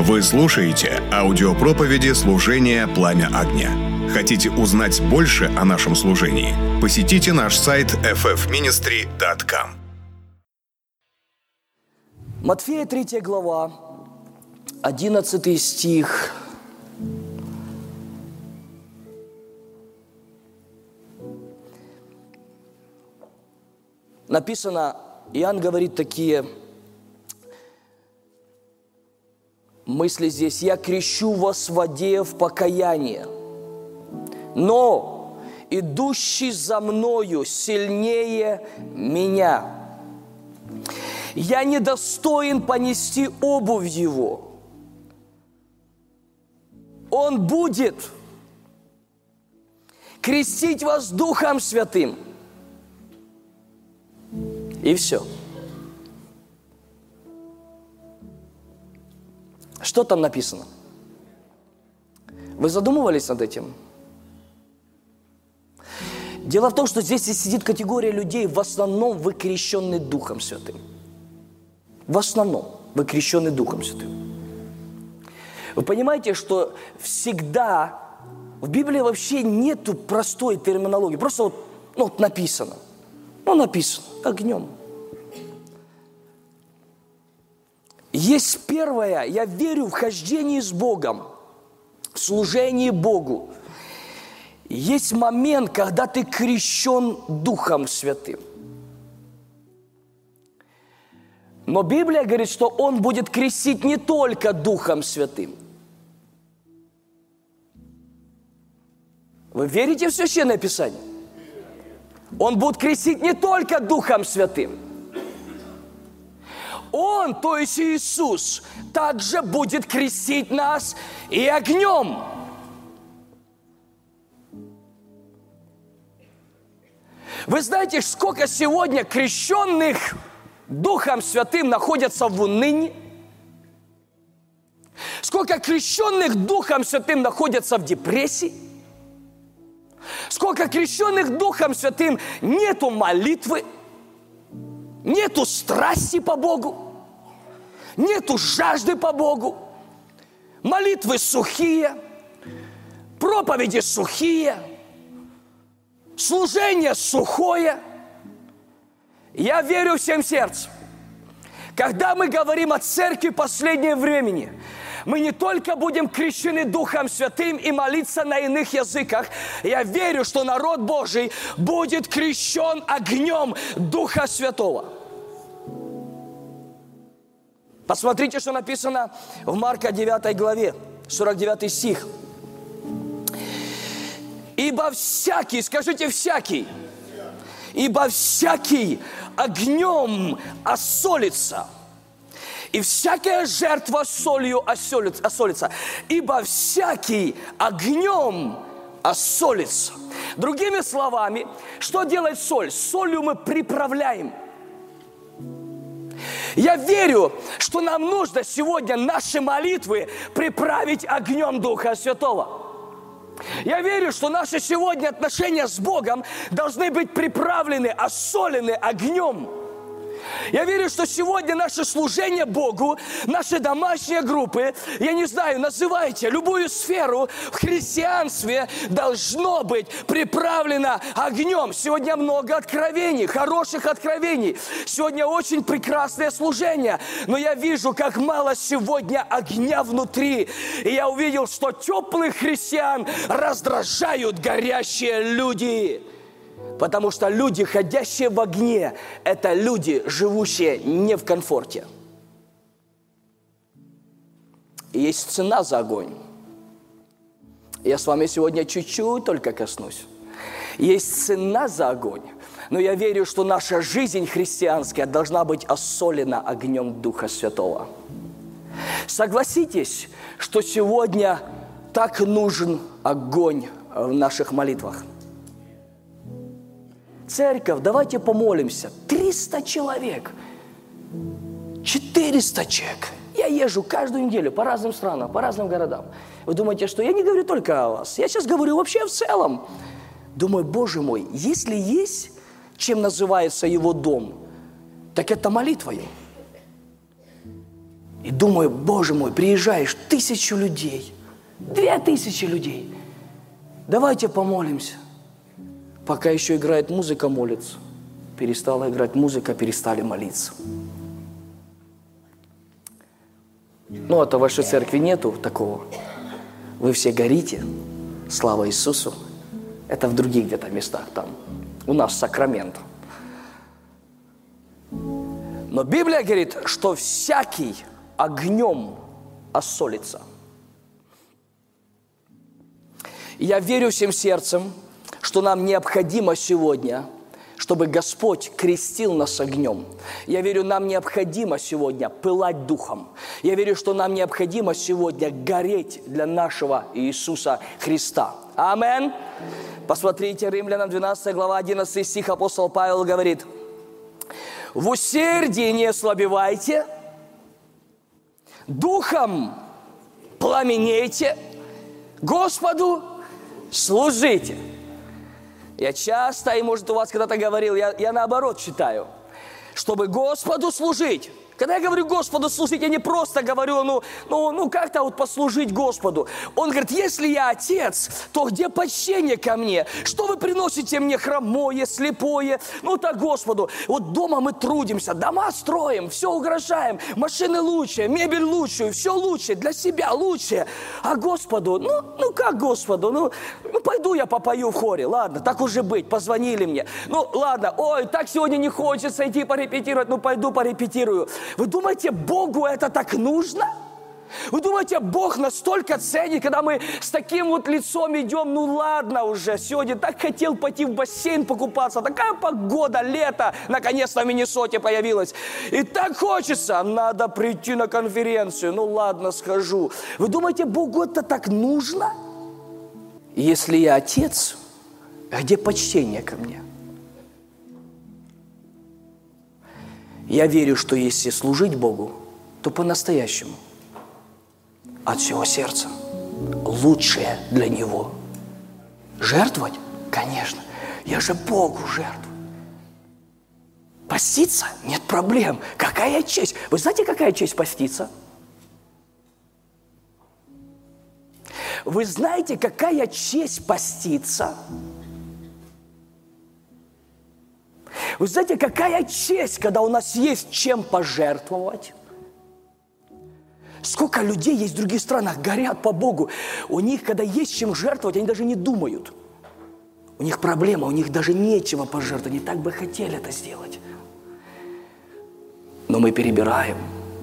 Вы слушаете аудиопроповеди служения «Пламя огня». Хотите узнать больше о нашем служении? Посетите наш сайт ffministry.com. Матфея 3 глава, 11 стих. Написано, Иоанн говорит такие мысли здесь. «Я крещу вас в воде в покаяние, но идущий за мною сильнее меня. Я недостоин понести обувь его. Он будет крестить вас Духом Святым». И все. Что там написано? Вы задумывались над этим? Дело в том, что здесь сидит категория людей, в основном вы крещены Духом Святым. В основном вы крещены Духом Святым. Вы понимаете, что всегда в Библии вообще нету простой терминологии. Просто вот написано. Написано огнем. Есть первое, я верю в хождении с Богом, в служении Богу. Есть момент, когда ты крещен Духом Святым. Но Библия говорит, что Он будет крестить не только Духом Святым. Вы верите в Священное Писание? Он будет крестить не только Духом Святым. Он, то есть Иисус, также будет крестить нас и огнем. Вы знаете, сколько сегодня крещенных Духом Святым находятся в унынии? Сколько крещенных Духом Святым находятся в депрессии? Сколько крещенных Духом Святым нету молитвы, нету страсти по Богу, нету жажды по Богу, молитвы сухие, проповеди сухие, служение сухое. Я верю всем сердцем. Когда мы говорим о церкви последнего времени, мы не только будем крещены Духом Святым и молиться на иных языках. Я верю, что народ Божий будет крещен огнем Духа Святого. Посмотрите, что написано в Марка 9 главе, 49 стих. «Ибо всякий, скажите всякий, ибо всякий огнем осолится, и всякая жертва солью осолится, ибо всякий огнем осолится». Другими словами, что делает соль? Солью мы приправляем. Я верю, что нам нужно сегодня наши молитвы приправить огнем Духа Святого. Я верю, что наши сегодня отношения с Богом должны быть приправлены, осолены огнем. Я верю, что сегодня наше служение Богу, наши домашние группы, я не знаю, называйте любую сферу в христианстве, должно быть приправлено огнем. Сегодня много откровений, хороших откровений. Сегодня очень прекрасное служение. Но я вижу, как мало сегодня огня внутри. И я увидел, что теплых христиан раздражают горящие люди. Потому что люди, ходящие в огне, это люди, живущие не в комфорте. И есть цена за огонь. Я с вами сегодня чуть-чуть только коснусь. Есть цена за огонь. Но я верю, что наша жизнь христианская должна быть осолена огнем Духа Святого. Согласитесь, что сегодня так нужен огонь в наших молитвах. Церковь, давайте помолимся. 300 человек, 400 человек. Я езжу каждую неделю по разным странам, по разным городам. Вы думаете, что я не говорю только о вас. Я сейчас говорю вообще в целом. Думаю, Боже мой, если есть, чем называется его дом, так это молитвою. И думаю, Боже мой, приезжаешь, 1000 людей, 2000 людей. Давайте помолимся. Пока еще играет музыка, молится. Перестала играть музыка, перестали молиться. Ну, это в вашей церкви нету такого. Вы все горите, слава Иисусу. Это в других где-то местах там. У нас Сакраменто. Но Библия говорит, что всякий огнем осолится. И я верю всем сердцем, что нам необходимо сегодня, чтобы Господь крестил нас огнем. Я верю, нам необходимо сегодня пылать духом. Я верю, что нам необходимо сегодня гореть для нашего Иисуса Христа. Аминь. Посмотрите, Римлянам 12 глава 11 стих, апостол Павел говорит: «В усердии не ослабевайте, духом пламенейте, Господу служите». Я часто, и может у вас когда-то говорил, я наоборот читаю, чтобы Господу служить. Когда я говорю Господу служить, я не просто говорю, как-то вот послужить Господу. Он говорит, если я отец, то где почтение ко мне? Что вы приносите мне хромое, слепое? Так Господу. Вот дома мы трудимся, дома строим, все украшаем, машины лучшие, мебель лучшую, все лучше, для себя лучше. А Господу, как Господу? Пойду я попою в хоре, ладно, так уже быть, позвонили мне. Ладно, так сегодня не хочется идти порепетировать, пойду порепетирую. Вы думаете, Богу это так нужно? Вы думаете, Бог настолько ценит, когда мы с таким вот лицом идем, ладно уже, сегодня так хотел пойти в бассейн покупаться, такая погода, лето, наконец-то в Миннесоте появилась, и так хочется, надо прийти на конференцию, ладно, схожу. Вы думаете, Богу это так нужно? Если я отец, где почтение ко мне? Я верю, что если служить Богу, то по-настоящему, от всего сердца, лучшее для Него. Жертвовать? Конечно. Я же Богу жертвую. Поститься? Нет проблем. Какая честь? Вы знаете, какая честь поститься? Вы знаете, какая честь поститься? Вы знаете, какая честь, когда у нас есть чем пожертвовать? Сколько людей есть в других странах, горят по Богу. У них, когда есть чем жертвовать, они даже не думают. У них проблема, у них даже нечего пожертвовать. Они так бы хотели это сделать. Но мы перебираем.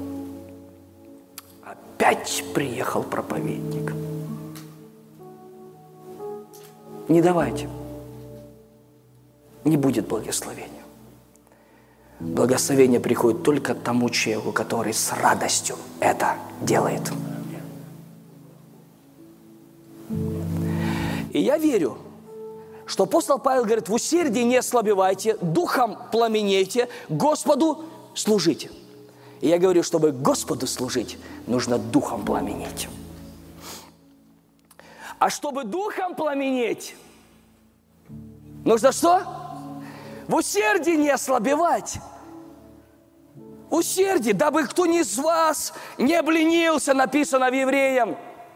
Опять приехал проповедник. Не давайте. Не будет благословения. Благословение приходит только тому человеку, который с радостью это делает. И я верю, что апостол Павел говорит, в усердии не ослабевайте, духом пламенейте, Господу служите. И я говорю, чтобы Господу служить, нужно духом пламенеть. А чтобы духом пламенеть, нужно что? В усердии не ослабевать. Усердие, дабы кто ни из вас не обленился, написано в Евреям.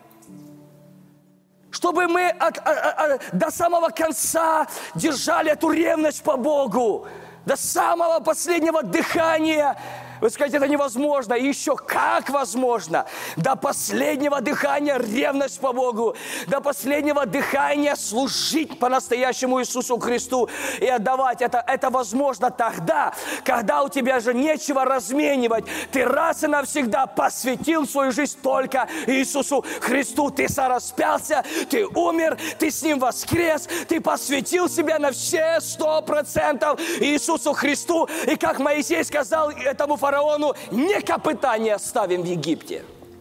Чтобы мы до самого конца держали эту ревность по Богу. До самого последнего дыхания. Вы скажете, это невозможно. И еще как возможно. До последнего дыхания ревность по Богу. До последнего дыхания служить по-настоящему Иисусу Христу и отдавать. Это возможно тогда, когда у тебя же нечего разменивать. Ты раз и навсегда посвятил свою жизнь только Иисусу Христу. Ты сораспялся, ты умер, ты с Ним воскрес, ты посвятил себя на все 100% Иисусу Христу. И как Моисей сказал этому фараону, не копыта не оставим в Египте.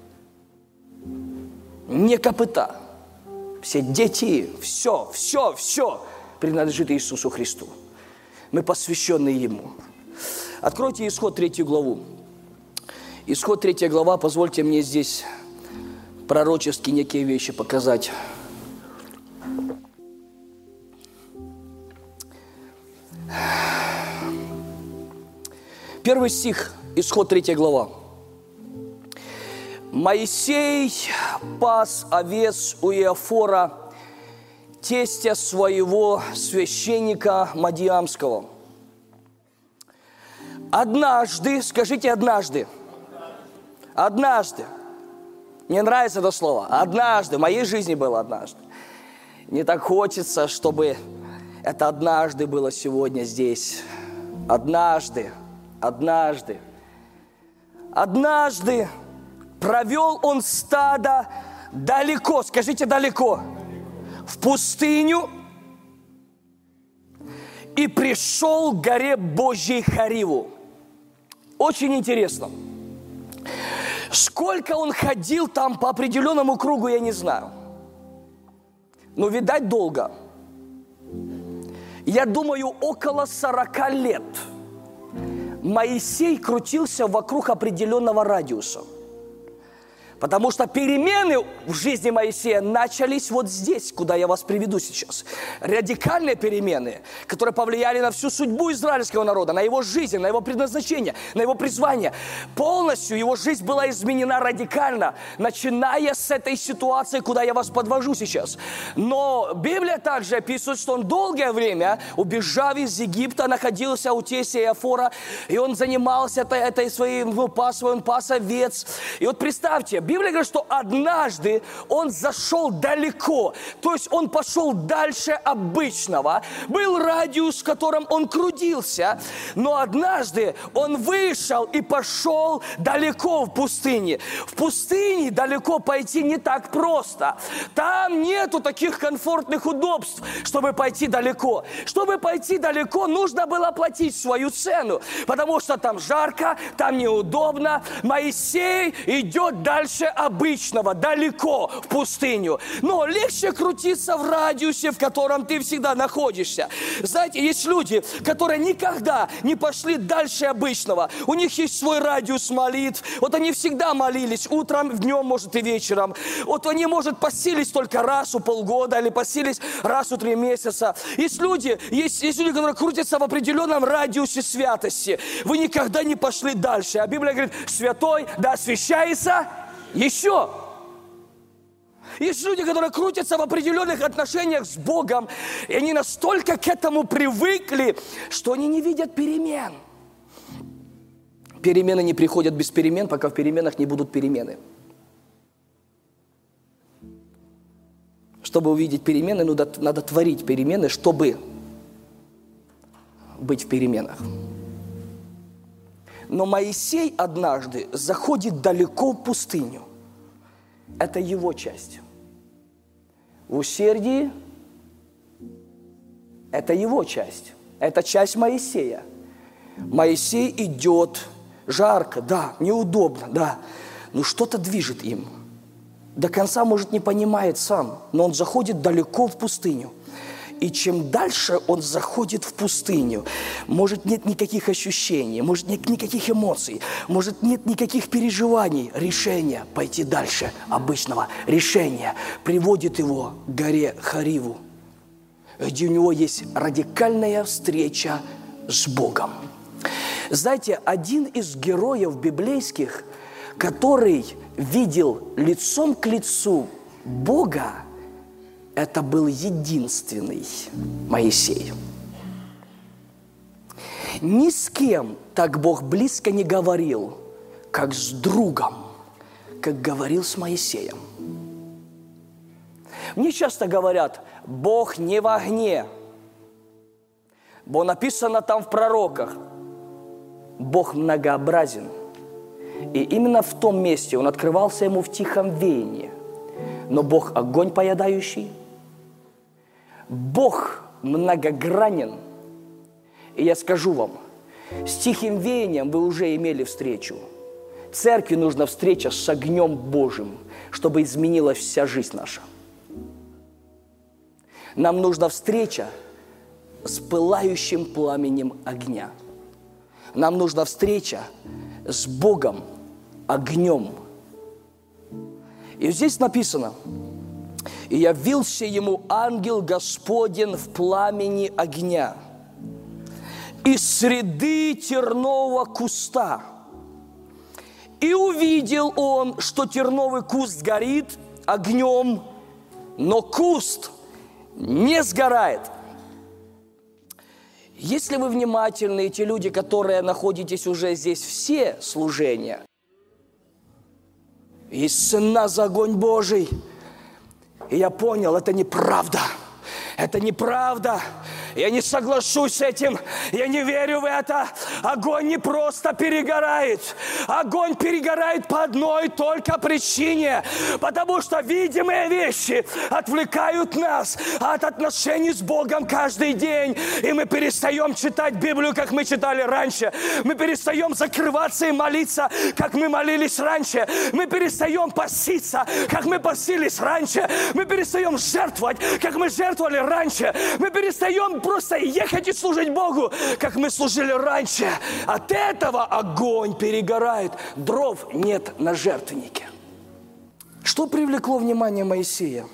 Не копыта. Все дети, все принадлежит Иисусу Христу. Мы посвящены Ему. Откройте Исход 3 главу. Исход 3 глава, позвольте мне здесь пророчески некие вещи показать. Первый стих, Исход 3 глава. Моисей пас овец у Иофора, тестя своего священника Мадиамского. Однажды, скажите однажды. Однажды. Мне нравится это слово. Однажды. В моей жизни было однажды. Не так хочется, чтобы это однажды было сегодня здесь. Однажды. Однажды. Однажды провел он стадо далеко. Скажите далеко. В пустыню. И пришел к горе Божьей Хариву. Очень интересно. Сколько он ходил там по определенному кругу, я не знаю. Но, видать, долго. Я думаю, около 40 лет Моисей крутился вокруг определенного радиуса. Потому что перемены в жизни Моисея начались вот здесь, куда я вас приведу сейчас. Радикальные перемены, которые повлияли на всю судьбу израильского народа, на его жизнь, на его предназначение, на его призвание. Полностью его жизнь была изменена радикально, начиная с этой ситуации, куда я вас подвожу сейчас. Но Библия также описывает, что он долгое время, убежав из Египта, находился у тестя Иофора, и он занимался этой своей пасой, он пас овец. И вот представьте, Библия говорит, что однажды он зашел далеко, то есть он пошел дальше обычного. Был радиус, в котором он крутился, но однажды он вышел и пошел далеко в пустыне. В пустыне далеко пойти не так просто. Там нету таких комфортных удобств, чтобы пойти далеко. Чтобы пойти далеко, нужно было платить свою цену, потому что там жарко, там неудобно. Моисей идет дальше обычного, далеко в пустыню. Но легче крутиться в радиусе, в котором ты всегда находишься. Знаете, есть люди, которые никогда не пошли дальше обычного. У них есть свой радиус молитв. Вот они всегда молились утром, днем, может, и вечером. Вот они, может, постились только раз в полгода или постились раз в 3 месяца. Есть люди, которые крутятся в определенном радиусе святости. Вы никогда не пошли дальше. А Библия говорит, святой да освящается еще. Есть люди, которые крутятся в определенных отношениях с Богом, и они настолько к этому привыкли, что они не видят перемен. Перемены не приходят без перемен, пока в переменах не будут перемены. Чтобы увидеть перемены, надо творить перемены, чтобы быть в переменах. Но Моисей однажды заходит далеко в пустыню. Это его часть. В усердии – это его часть. Это часть Моисея. Моисей идет, жарко, да, неудобно, да, но что-то движет им. До конца, может, не понимает сам, но он заходит далеко в пустыню. И чем дальше он заходит в пустыню, может, нет никаких ощущений, может, нет никаких эмоций, может, нет никаких переживаний. Решение пойти дальше обычного, решение приводит его к горе Хариву, где у него есть радикальная встреча с Богом. Знаете, один из героев библейских, который видел лицом к лицу Бога, это был единственный Моисей. Ни с кем так Бог близко не говорил, как с другом, как говорил с Моисеем. Мне часто говорят, Бог не в огне. Бо написано там в пророках, Бог многообразен. И именно в том месте Он открывался ему в тихом веянии. Но Бог огонь поедающий, Бог многогранен. И я скажу вам, с тихим веянием вы уже имели встречу. Церкви нужна встреча с огнем Божьим, чтобы изменилась вся жизнь наша. Нам нужна встреча с пылающим пламенем огня. Нам нужна встреча с Богом, огнем. И здесь написано, «И явился ему ангел Господень в пламени огня, из среды тернового куста, И увидел он, что терновый куст горит огнем, но куст не сгорает. Если вы внимательны, те люди, которые находитесь уже здесь все служения, есть цена за огонь Божий. И я понял, это неправда. Это неправда. Я не соглашусь с этим. Я не верю в это. Огонь не просто перегорает. Огонь перегорает по одной только причине. Потому что видимые вещи отвлекают нас от отношений с Богом каждый день. И мы перестаем читать Библию, как мы читали раньше. Мы перестаем закрываться и молиться, как мы молились раньше. Мы перестаем поститься, как мы постились раньше. Мы перестаем жертвовать, как мы жертвовали раньше. Мы перестаем просто ехать и служить Богу, как мы служили раньше. От этого огонь перегорает. Дров нет на жертвеннике. Что привлекло внимание Моисея?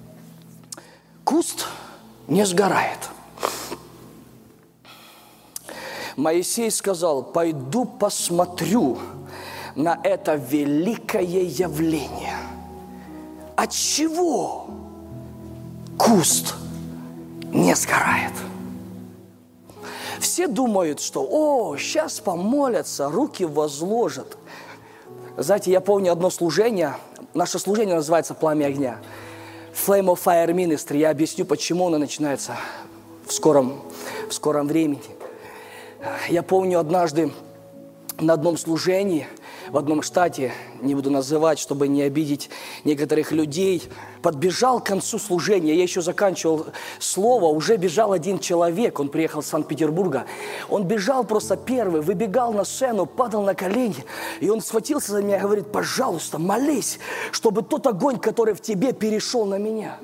Куст не сгорает. Моисей сказал: пойду посмотрю на это великое явление. Отчего куст не сгорает? Все думают, что сейчас помолятся, руки возложат. Знаете, я помню одно служение, наше служение называется «Пламя огня». Flame of Fire Ministry. Я объясню, почему оно начинается в скором времени. Я помню однажды на одном служении, в одном штате, не буду называть, чтобы не обидеть некоторых людей, подбежал к концу служения, я еще заканчивал слово, уже бежал один человек, он приехал из Санкт-Петербурга, он бежал просто первый, выбегал на сцену, падал на колени, и он схватился за меня и говорит: пожалуйста, молись, чтобы тот огонь, который в тебе, перешел на меня.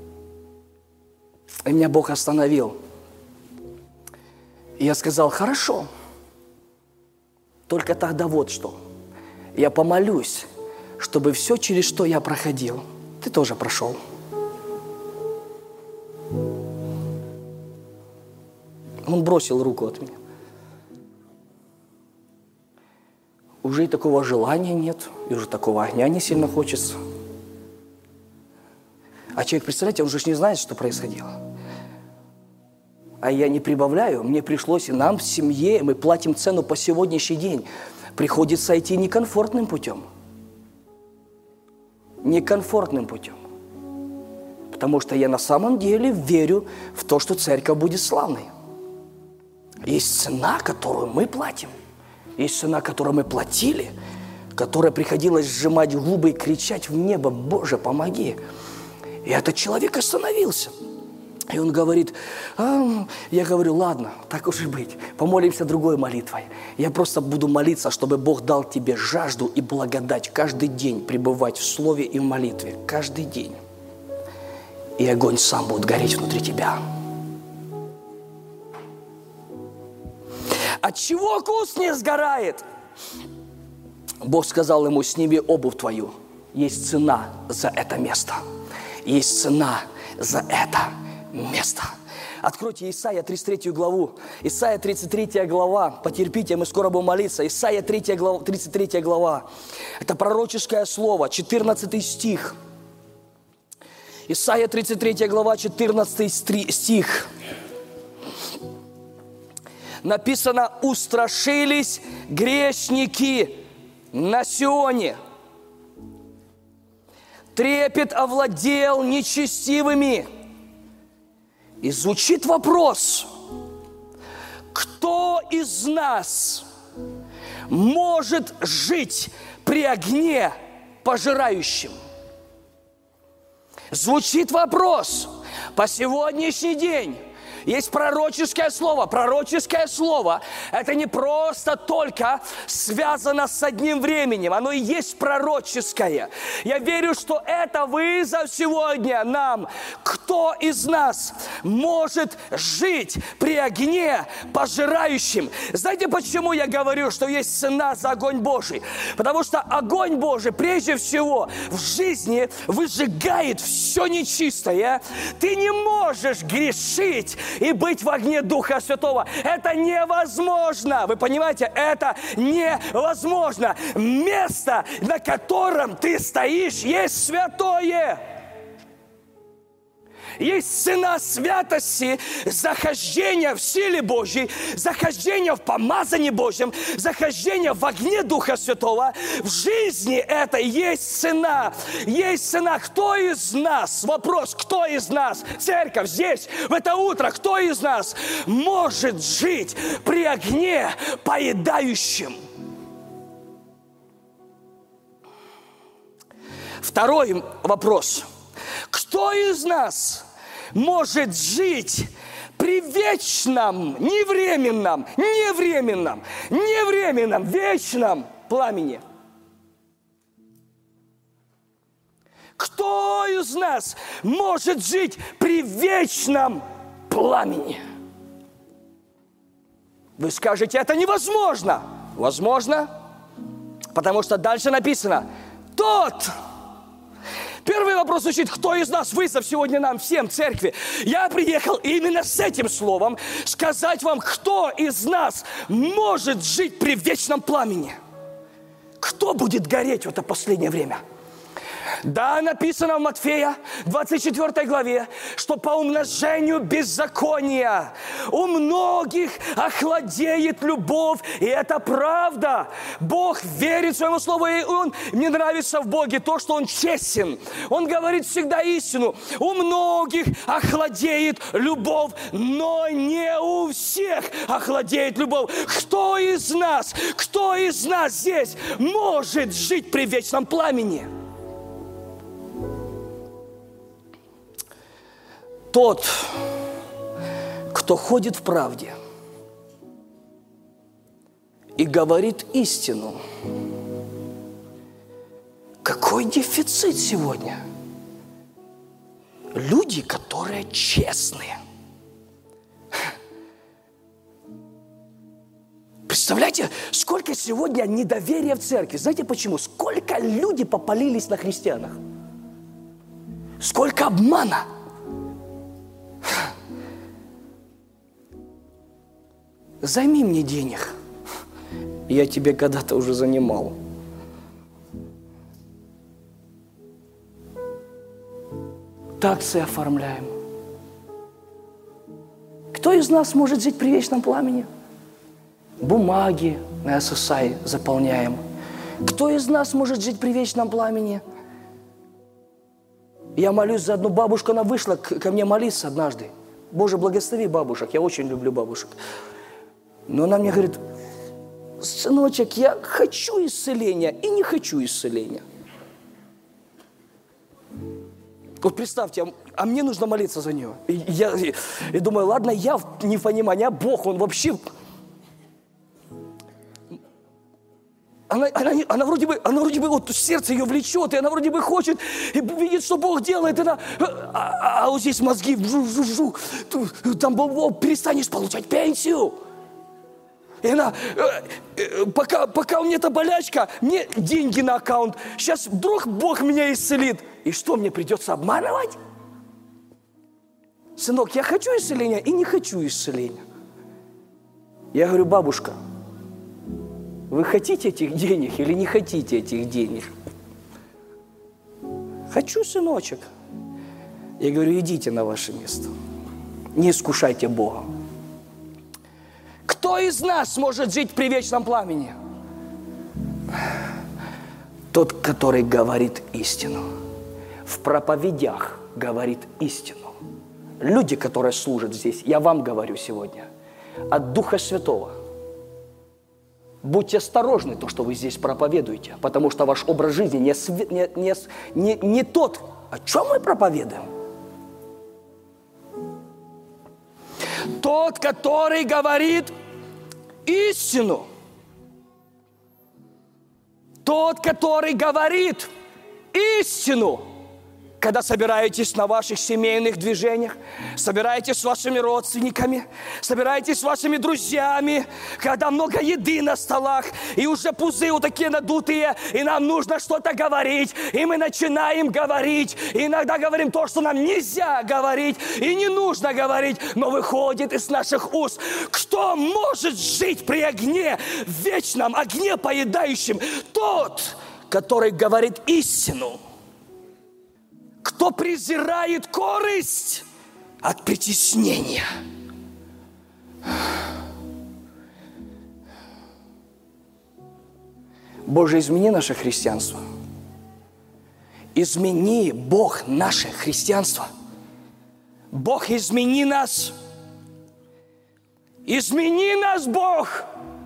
И меня Бог остановил. И я сказал: хорошо, только тогда вот что. Я помолюсь, чтобы все, через что я проходил, ты тоже прошел. Он бросил руку от меня. Уже и такого желания нет, и уже такого огня не сильно хочется. А человек, представляете, он же не знает, что происходило. А я не прибавляю, мне пришлось, и нам в семье, мы платим цену по сегодняшний день. Приходится идти некомфортным путем. Некомфортным путем. Потому что я на самом деле верю в то, что церковь будет славной. Есть цена, которую мы платим. Есть цена, которую мы платили, которая приходилось сжимать губы и кричать в небо: Боже, помоги. И этот человек остановился. И он говорит: я говорю: ладно, так уж и быть, помолимся другой молитвой. Я просто буду молиться, чтобы Бог дал тебе жажду и благодать каждый день пребывать в слове и в молитве. Каждый день. И огонь сам будет гореть внутри тебя. Отчего куст не сгорает? Бог сказал ему: сними обувь твою. Есть цена за это место. Есть цена за это место. Откройте Исайя 33 главу. Исайя 33 глава. Потерпите, мы скоро будем молиться. Исайя 33 глава. Это пророческое слово, 14 стих. Исайя 33 глава, 14 стих. Написано: устрашились грешники на Сионе. Трепет овладел нечестивыми. И звучит вопрос: кто из нас может жить при огне пожирающем? Звучит вопрос. По сегодняшний день есть пророческое слово. Пророческое слово – это не просто только связано с одним временем. Оно и есть пророческое. Я верю, что это вызов сегодня нам. Кто кто из нас может жить при огне пожирающем? Знаете, почему я говорю, что есть цена за огонь Божий? Потому что огонь Божий прежде всего в жизни выжигает все нечистое. Ты не можешь грешить и быть в огне Духа Святого. Это невозможно. Вы понимаете? Это невозможно. Место, на котором ты стоишь, есть святое. Есть цена святости, захождения в силе Божьей, захождения в помазании Божьем, захождения в огне Духа Святого. В жизни это есть цена. Есть цена. Кто из нас, вопрос, кто из нас, церковь здесь, в это утро, кто из нас может жить при огне поедающем? Второй вопрос. Кто из нас может жить при вечном, не временном, вечном пламени? Кто из нас может жить при вечном пламени? Вы скажете, это невозможно. Возможно, потому что дальше написано, тот... Первый вопрос звучит, кто из нас, вызов сегодня нам всем, церкви. Я приехал именно с этим словом сказать вам, кто из нас может жить при вечном пламени. Кто будет гореть в это последнее время? Да, написано в Матфея 24 главе, что по умножению беззакония у многих охладеет любовь, и это правда. Бог верит своему слову, и мне нравится в Боге то, что Он честен. Он говорит всегда истину. У многих охладеет любовь, но не у всех охладеет любовь. Кто из нас здесь может жить при вечном пламени? Тот, кто ходит в правде и говорит истину. Какой дефицит сегодня? Люди, которые честные. Представляете, сколько сегодня недоверия в церкви. Знаете почему? Сколько люди попалились на христианах. Сколько обмана. Займи мне денег. Я тебе когда-то уже занимал. Таксы оформляем. Кто из нас может жить при вечном пламени? Бумаги на SSI заполняем. Кто из нас может жить при вечном пламени? Я молюсь за одну бабушку, она вышла ко мне молиться однажды. Боже, благослови бабушек, я очень люблю бабушек. Но она мне говорит, сыночек, я хочу исцеления и не хочу исцеления. Вот представьте, а мне нужно молиться за нее. И я думаю, ладно, я не понимаю, а Бог, Он вообще... Она вроде бы вот сердце ее влечет, и она вроде бы хочет, и видит, что Бог делает, и она, а вот здесь мозги, там перестанешь получать пенсию. И она, пока у меня эта болячка, мне деньги на аккаунт, сейчас вдруг Бог меня исцелит. И что, мне придется обманывать? Сынок, я хочу исцеления и не хочу исцеления. Я говорю, бабушка, вы хотите этих денег или не хотите этих денег? Хочу, сыночек. Я говорю, идите на ваше место. Не искушайте Бога. Кто из нас может жить при вечном пламени? Тот, который говорит истину. В проповедях говорит истину. Люди, которые служат здесь, я вам говорю сегодня, от Духа Святого. Будьте осторожны, то, что вы здесь проповедуете, потому что ваш образ жизни не тот, о чем мы проповедуем. Тот, который говорит истину. Тот, который говорит истину. Когда собираетесь на ваших семейных движениях, собираетесь с вашими родственниками, собираетесь с вашими друзьями, когда много еды на столах, и уже пузы вот такие надутые, и нам нужно что-то говорить, и мы начинаем говорить, и иногда говорим то, что нам нельзя говорить, и не нужно говорить, но выходит из наших уст. Кто может жить при огне, вечном огне поедающем? Тот, который говорит истину. Кто презирает корость от притеснения. Боже, измени наше христианство. Измени, Бог, наше христианство. Бог, измени нас. Измени нас, Бог.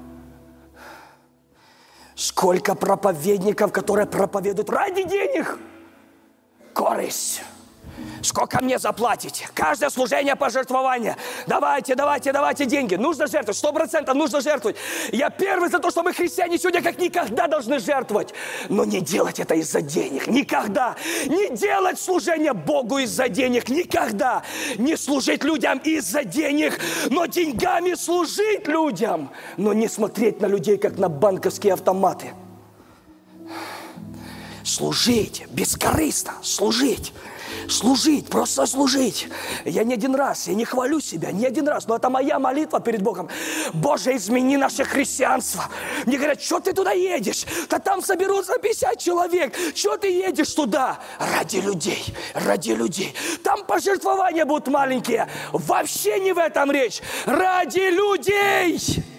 Сколько проповедников, которые проповедуют ради денег. Корость. Сколько мне заплатите? Каждое служение пожертвования. Давайте деньги. Нужно жертвовать. 100% нужно жертвовать. Я первый за то, что мы, христиане, сегодня как никогда должны жертвовать. Но не делать это из-за денег. Никогда. Не делать служение Богу из-за денег. Никогда. Не служить людям из-за денег. Но деньгами служить людям. Но не смотреть на людей, как на банковские автоматы. Служить, бескорыстно, служить, просто служить. Я не один раз, я не хвалю себя, не один раз, но это моя молитва перед Богом. Боже, измени наше христианство. Мне говорят, что ты туда едешь? Да там соберутся 50 человек. Что ты едешь туда? Ради людей. Там пожертвования будут маленькие. Вообще не в этом речь. Ради людей.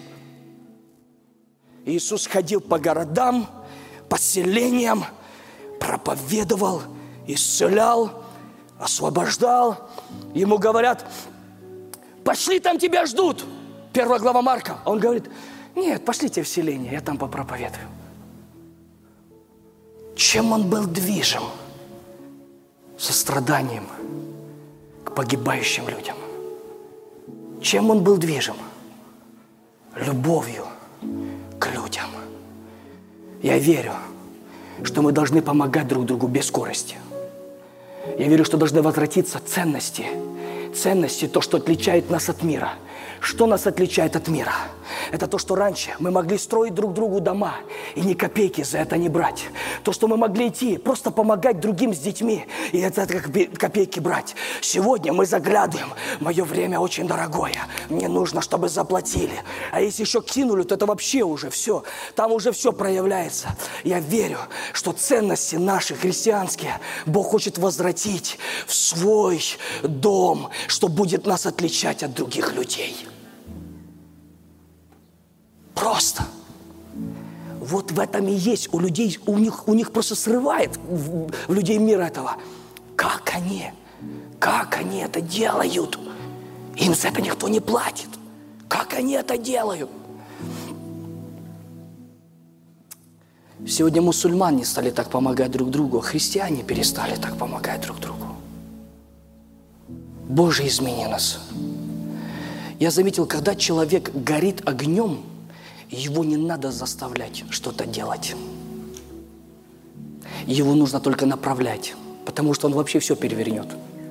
Иисус ходил по городам, по селениям, проповедовал, исцелял, освобождал. Ему говорят, пошли, там тебя ждут. 1 глава Марка. Он говорит, нет, пошлите в селение, я там попроповедую. Чем он был движим? Состраданием к погибающим людям. Чем он был движим? Любовью к людям. Я верю, что мы должны помогать друг другу без скорости. Я верю, что должны возвратиться ценности. Ценности – то, что отличает нас от мира. Что нас отличает от мира? Это то, что раньше мы могли строить друг другу дома и ни копейки за это не брать. То, что мы могли идти, просто помогать другим с детьми и это как копейки брать. Сегодня мы заглядываем. Мое время очень дорогое. Мне нужно, чтобы заплатили. А если еще кинули, то это вообще уже все. Там уже все проявляется. Я верю, что ценности наши христианские Бог хочет возвратить в свой дом, что будет нас отличать от других людей. Просто. Вот в этом и есть у людей, у них просто срывает в людей мира этого. Как они это делают? Им за это никто не платит. Как они это делают? Сегодня мусульмане стали так помогать друг другу, а христиане перестали так помогать друг другу. Боже, измени нас. Я заметил, когда человек горит огнем, его не надо заставлять что-то делать. Его нужно только направлять, потому что он вообще все перевернет.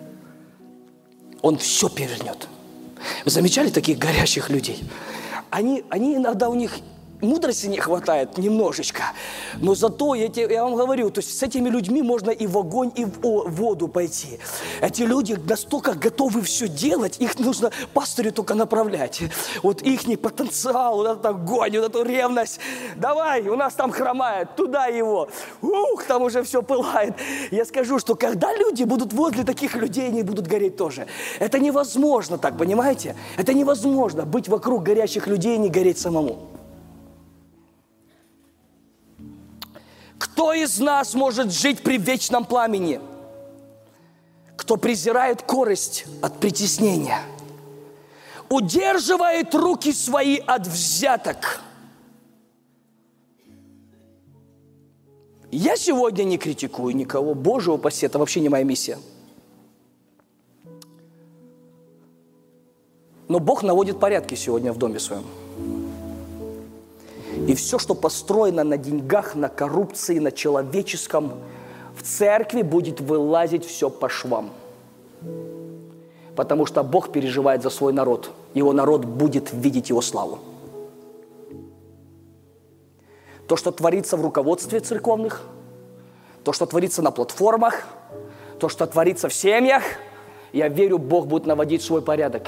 Он все перевернет. Вы замечали таких горящих людей? Они иногда, у них мудрости не хватает немножечко, но зато, я вам говорю, то есть с этими людьми можно и в огонь, и в воду пойти. Эти люди настолько готовы все делать, их нужно пастырю только направлять. Вот ихний потенциал, вот этот огонь, вот эту ревность. Давай, у нас там хромает, туда его. Там уже все пылает. Я скажу, что когда люди будут возле таких людей, они будут гореть тоже. Это невозможно так, понимаете? Это невозможно быть вокруг горящих людей и не гореть самому. Кто из нас может жить при вечном пламени? Кто презирает корость от притеснения, удерживает руки свои от взяток. Я сегодня не критикую никого, Боже упаси, это вообще не моя миссия. Но Бог наводит порядки сегодня в доме своем. И все, что построено на деньгах, на коррупции, на человеческом, в церкви будет вылазить все по швам. Потому что Бог переживает за свой народ. Его народ будет видеть Его славу. То, что творится в руководстве церковных, то, что творится на платформах, то, что творится в семьях, я верю, Бог будет наводить свой порядок.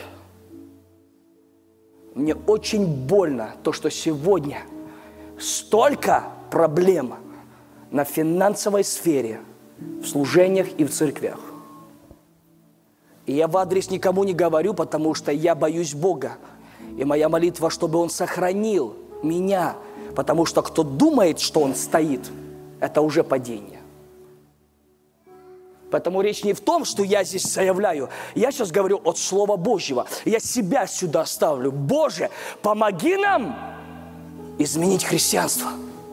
Мне очень больно то, что сегодня столько проблем на финансовой сфере, в служениях и в церквях. И я в адрес никому не говорю, потому что я боюсь Бога. И моя молитва, чтобы Он сохранил меня, потому что кто думает, что он стоит, это уже падение. Поэтому речь не в том, что я здесь заявляю. Я сейчас говорю от Слова Божьего. Я себя сюда ставлю. Боже, помоги нам изменить христианство.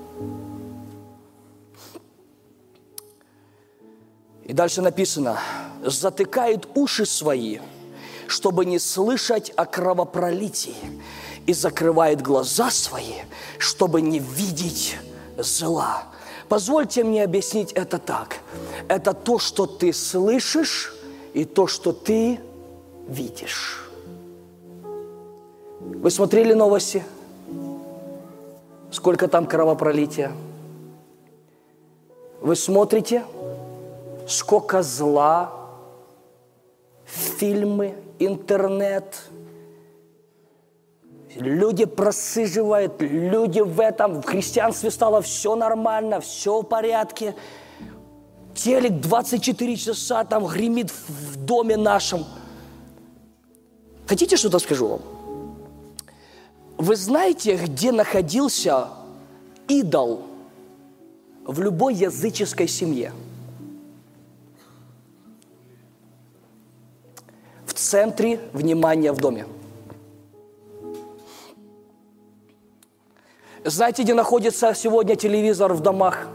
И дальше написано: затыкает уши свои, чтобы не слышать о кровопролитии, и закрывает глаза свои, чтобы не видеть зла. Позвольте мне объяснить это так. Это то, что ты слышишь, и то, что ты видишь. Вы смотрели новости? Сколько там кровопролития? Вы смотрите, сколько зла, фильмы, интернет. Люди просиживают, люди в этом, в христианстве стало все нормально, все в порядке. Телек 24 часа там гремит в доме нашем. Хотите, что-то скажу вам? Вы знаете, где находился идол в любой языческой семье? В центре внимания в доме. Знаете, где находится сегодня телевизор в домах?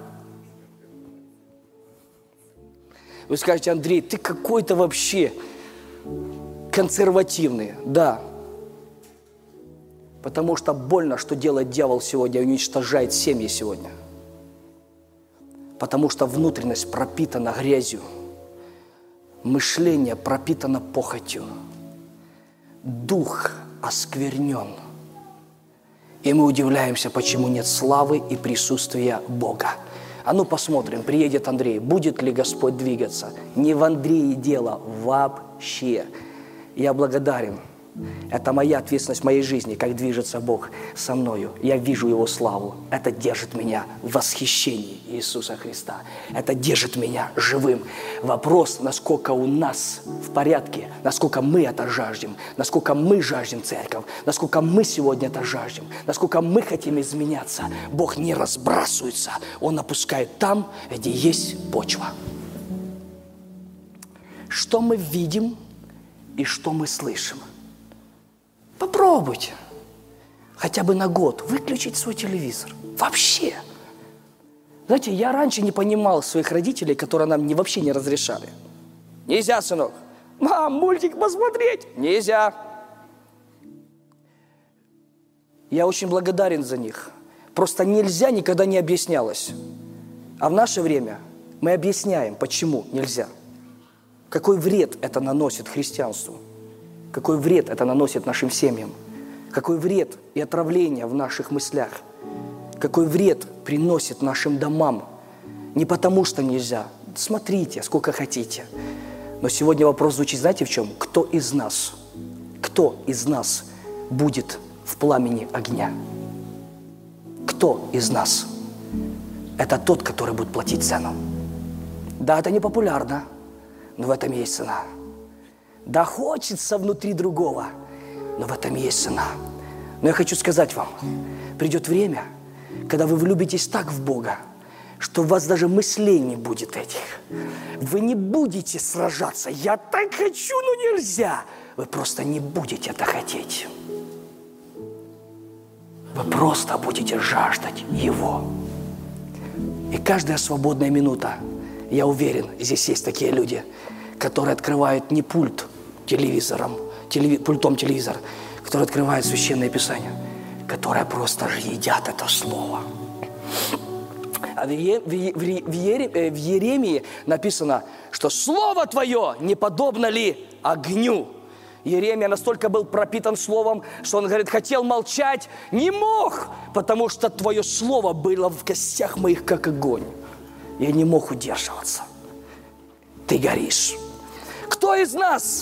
Вы скажете: Андрей, ты какой-то вообще консервативный. Да. Потому что больно, что делает дьявол сегодня, уничтожает семьи сегодня. Потому что внутренность пропитана грязью. Мышление пропитано похотью. Дух осквернен. И мы удивляемся, почему нет славы и присутствия Бога. А ну посмотрим, приедет Андрей, будет ли Господь двигаться? Не в Андрее дело вообще. Я благодарен. Это моя ответственность в моей жизни, как движется Бог со мною. Я вижу Его славу. Это держит меня в восхищении Иисуса Христа. Это держит меня живым. Вопрос, насколько у нас в порядке, насколько мы это жаждем, насколько мы жаждем церковь, насколько мы сегодня это жаждем, насколько мы хотим изменяться. Бог не разбрасывается. Он опускает там, где есть почва. Что мы видим и что мы слышим? Попробуйте хотя бы на год выключить свой телевизор. Вообще. Знаете, я раньше не понимал своих родителей, которые нам вообще не разрешали. Нельзя, сынок. Мам, мультик посмотреть? Нельзя. Я очень благодарен за них. Просто нельзя никогда не объяснялось. А в наше время мы объясняем, почему нельзя. Какой вред это наносит христианству. Какой вред это наносит нашим семьям. Какой вред и отравление в наших мыслях. Какой вред приносит нашим домам. Не потому, что нельзя. Смотрите, сколько хотите. Но сегодня вопрос звучит, знаете, в чем? Кто из нас будет в пламени огня? Кто из нас? Это тот, который будет платить цену. Да, это не популярно, но в этом есть цена. Да, хочется внутри другого, но в этом есть цена. Но я хочу сказать вам, придет время, когда вы влюбитесь так в Бога, что у вас даже мыслей не будет этих. Вы не будете сражаться. Я так хочу, но нельзя. Вы просто не будете это хотеть. Вы просто будете жаждать Его. И каждая свободная минута, я уверен, здесь есть такие люди, которые открывают не пульт телевизором, пультом телевизора, которые открывают Священное Писание, которые просто едят это Слово. А в Иеремии написано, что Слово Твое не подобно ли огню? Иеремия настолько был пропитан Словом, что он, говорит, хотел молчать, не мог, потому что Твое Слово было в костях моих, как огонь. Я не мог удерживаться. Ты горишь. Кто из нас?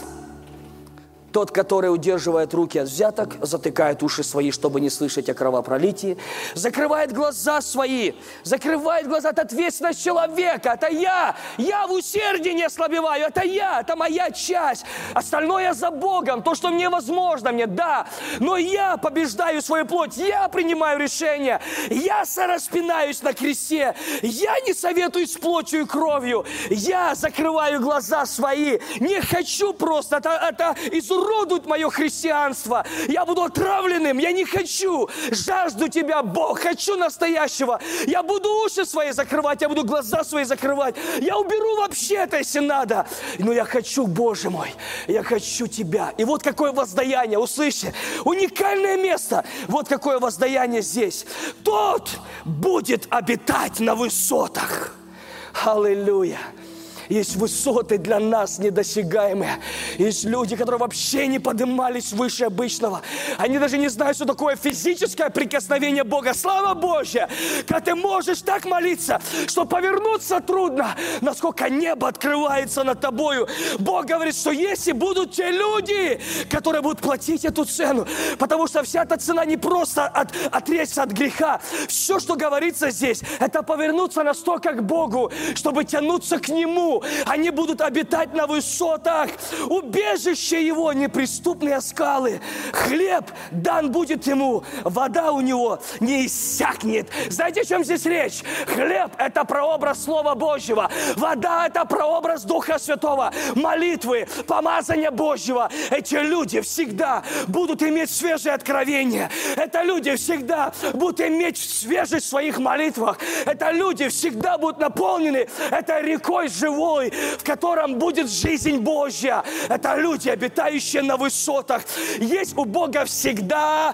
Тот, который удерживает руки от взяток, затыкает уши свои, чтобы не слышать о кровопролитии, закрывает глаза свои, закрывает глаза от ответственности человека. Это я в усердии не ослабеваю, это моя часть. Остальное за Богом, то, что мне возможно, да. Но я побеждаю свою плоть, я принимаю решения, я сораспинаюсь на кресте, я не советуюсь с плотью и кровью, я закрываю глаза свои, не хочу просто, это изуродует мое христианство. Я буду отравленным, я не хочу. Жажду Тебя, Бог, хочу настоящего. Я буду уши свои закрывать, я буду глаза свои закрывать. Я уберу вообще это, если надо. Но я хочу, Боже мой, я хочу Тебя. И вот какое воздаяние, услышьте, уникальное место. Вот какое воздаяние здесь. Тот будет обитать на высотах. Аллилуйя. Есть высоты для нас недосягаемые. Есть люди, которые вообще не поднимались выше обычного. Они даже не знают, что такое физическое прикосновение Бога. Слава Божья! Когда ты можешь так молиться, что повернуться трудно, насколько небо открывается над тобою. Бог говорит, что если будут те люди, которые будут платить эту цену, потому что вся эта цена не просто отречься от греха. Все, что говорится здесь, это повернуться настолько к Богу, чтобы тянуться к Нему. Они будут обитать на высотах. Убежище Его неприступные скалы. Хлеб дан будет Ему. Вода у Него не иссякнет. Знаете, о чем здесь речь? Хлеб – это прообраз Слова Божьего. Вода – это прообраз Духа Святого. Молитвы, помазания Божьего. Эти люди всегда будут иметь свежее откровение. Это люди всегда будут иметь свежесть в своих молитвах. Это люди всегда будут наполнены этой рекой живой, в котором будет жизнь Божья. Это люди, обитающие на высотах. Есть у Бога всегда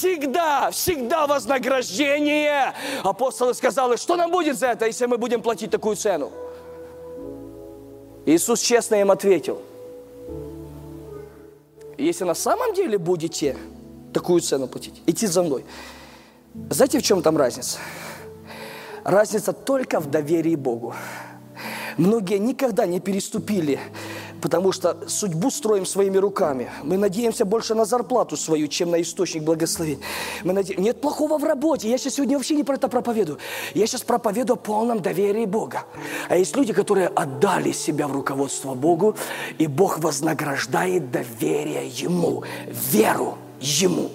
вознаграждение. Апостолы сказали, что нам будет за это, если мы будем платить такую цену? Иисус честно им ответил, если на самом деле будете такую цену платить, идти за мной. Знаете, в чем там разница? Разница только в доверии Богу. Многие никогда не переступили, потому что судьбу строим своими руками. Мы надеемся больше на зарплату свою, чем на источник благословения. Нет плохого в работе. Я сейчас сегодня вообще не про это проповедую. Я сейчас проповедую о полном доверии Бога. А есть люди, которые отдали себя в руководство Богу, и Бог вознаграждает доверие Ему, веру Ему.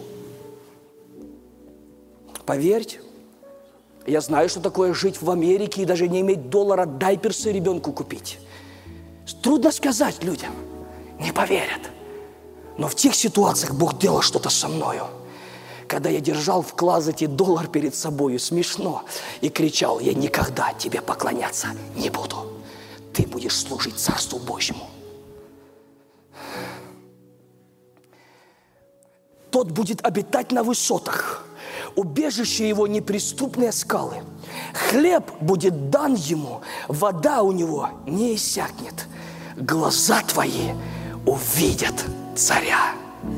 Поверьте. Я знаю, что такое жить в Америке и даже не иметь $1 дайперсы ребенку купить. Трудно сказать людям, не поверят. Но в тех ситуациях Бог делал что-то со мною. Когда я держал в клозете $1 перед собой, смешно, и кричал, я никогда тебе поклоняться не буду. Ты будешь служить Царству Божьему. Тот будет обитать на высотах. Убежище его неприступные скалы. Хлеб будет дан ему, вода у него не иссякнет. Глаза твои увидят царя.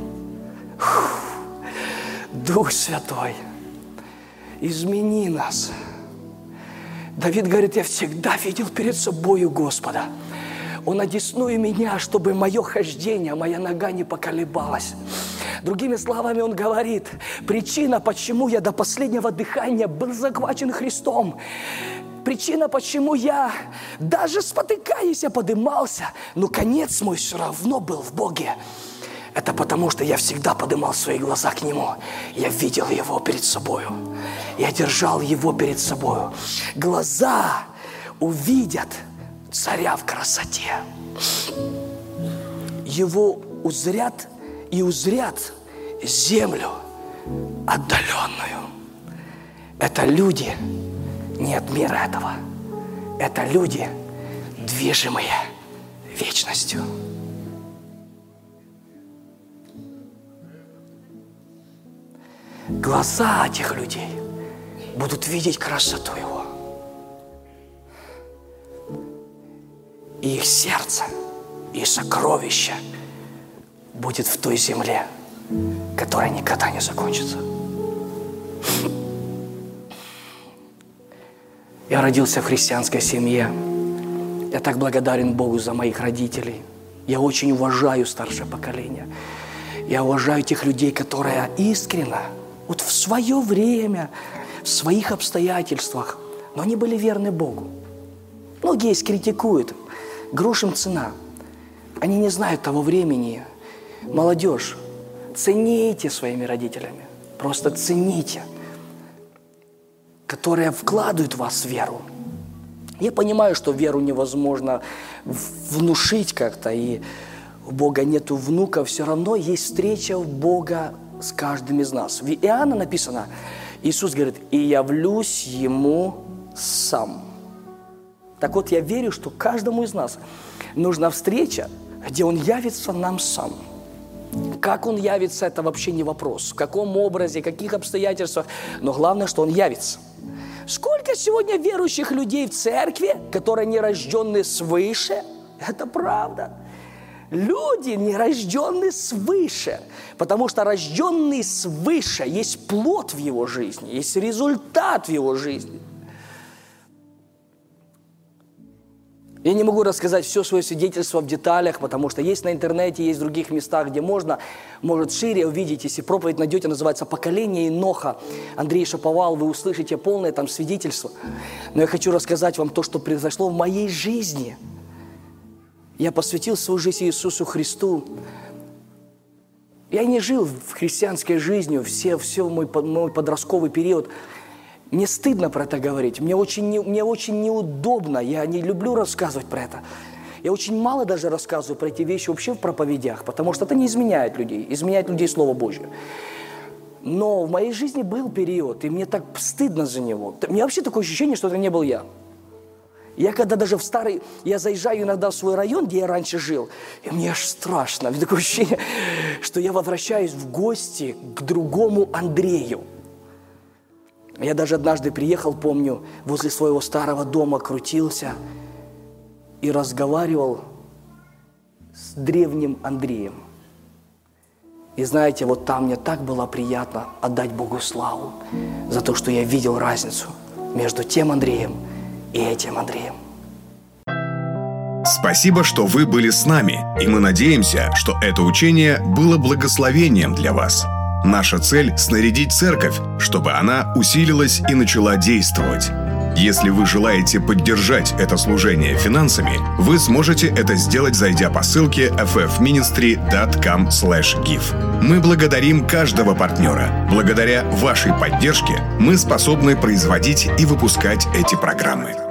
Дух Святой, измени нас. Давид говорит, я всегда видел перед собою Господа. Он одесную меня, чтобы мое хождение, моя нога не поколебалась. Другими словами, он говорит, причина, почему я до последнего дыхания был захвачен Христом, причина, почему я, даже спотыкаясь, я подымался, но конец мой все равно был в Боге. Это потому, что я всегда поднимал свои глаза к Нему. Я видел Его перед собою. Я держал Его перед собою. Глаза увидят царя в красоте. Его узрят и узрят землю отдаленную. Это люди не от мира этого. Это люди, движимые вечностью. Глаза этих людей будут видеть красоту Его. и их сердце, и сокровище будет в той земле, которая никогда не закончится. Я родился в христианской семье. Я так благодарен Богу за моих родителей. Я очень уважаю старшее поколение. Я уважаю тех людей, которые искренне, вот в свое время, в своих обстоятельствах, но они были верны Богу. Многие есть критикуют, грош им цена. Они не знают того времени. Молодежь, цените своими родителями, просто цените, которые вкладывают в вас веру. Я понимаю, что веру невозможно внушить как-то, и у Бога нету внука, все равно есть встреча Бога с каждым из нас. В Иоанна написано, Иисус говорит, «И явлюсь Ему сам». Так вот, я верю, что каждому из нас нужна встреча, где Он явится нам сам. Как Он явится, это вообще не вопрос. В каком образе, в каких обстоятельствах, но главное, что Он явится. Сколько сегодня верующих людей в церкви, которые не рождены свыше? Это правда. Люди не рождены свыше, потому что рожденный свыше есть плод в его жизни, есть результат в его жизни. Я не могу рассказать все свое свидетельство в деталях, потому что есть на интернете, есть в других местах, где можно, может, шире увидеть, если проповедь найдете, называется «Поколение Еноха». Андрей Шаповал, вы услышите полное там свидетельство. Но я хочу рассказать вам то, что произошло в моей жизни. Я посвятил свою жизнь Иисусу Христу. Я не жил в христианской жизнью все мой подростковый период. Мне стыдно про это говорить, мне очень неудобно, я не люблю рассказывать про это. Я очень мало даже рассказываю про эти вещи вообще в проповедях, потому что это не изменяет людей Слово Божье. Но в моей жизни был период, и мне так стыдно за него. У меня вообще такое ощущение, что это не был я. Я когда даже я заезжаю иногда в свой район, где я раньше жил, и мне аж страшно, мне такое ощущение, что я возвращаюсь в гости к другому Андрею. Я даже однажды приехал, помню, возле своего старого дома крутился и разговаривал с древним Андреем. И знаете, вот там мне так было приятно отдать Богу славу за то, что я видел разницу между тем Андреем и этим Андреем. Спасибо, что вы были с нами, и мы надеемся, что это учение было благословением для вас. Наша цель – снарядить церковь, чтобы она усилилась и начала действовать. Если вы желаете поддержать это служение финансами, вы сможете это сделать, зайдя по ссылке ffministry.com/give. Мы благодарим каждого партнера. Благодаря вашей поддержке мы способны производить и выпускать эти программы.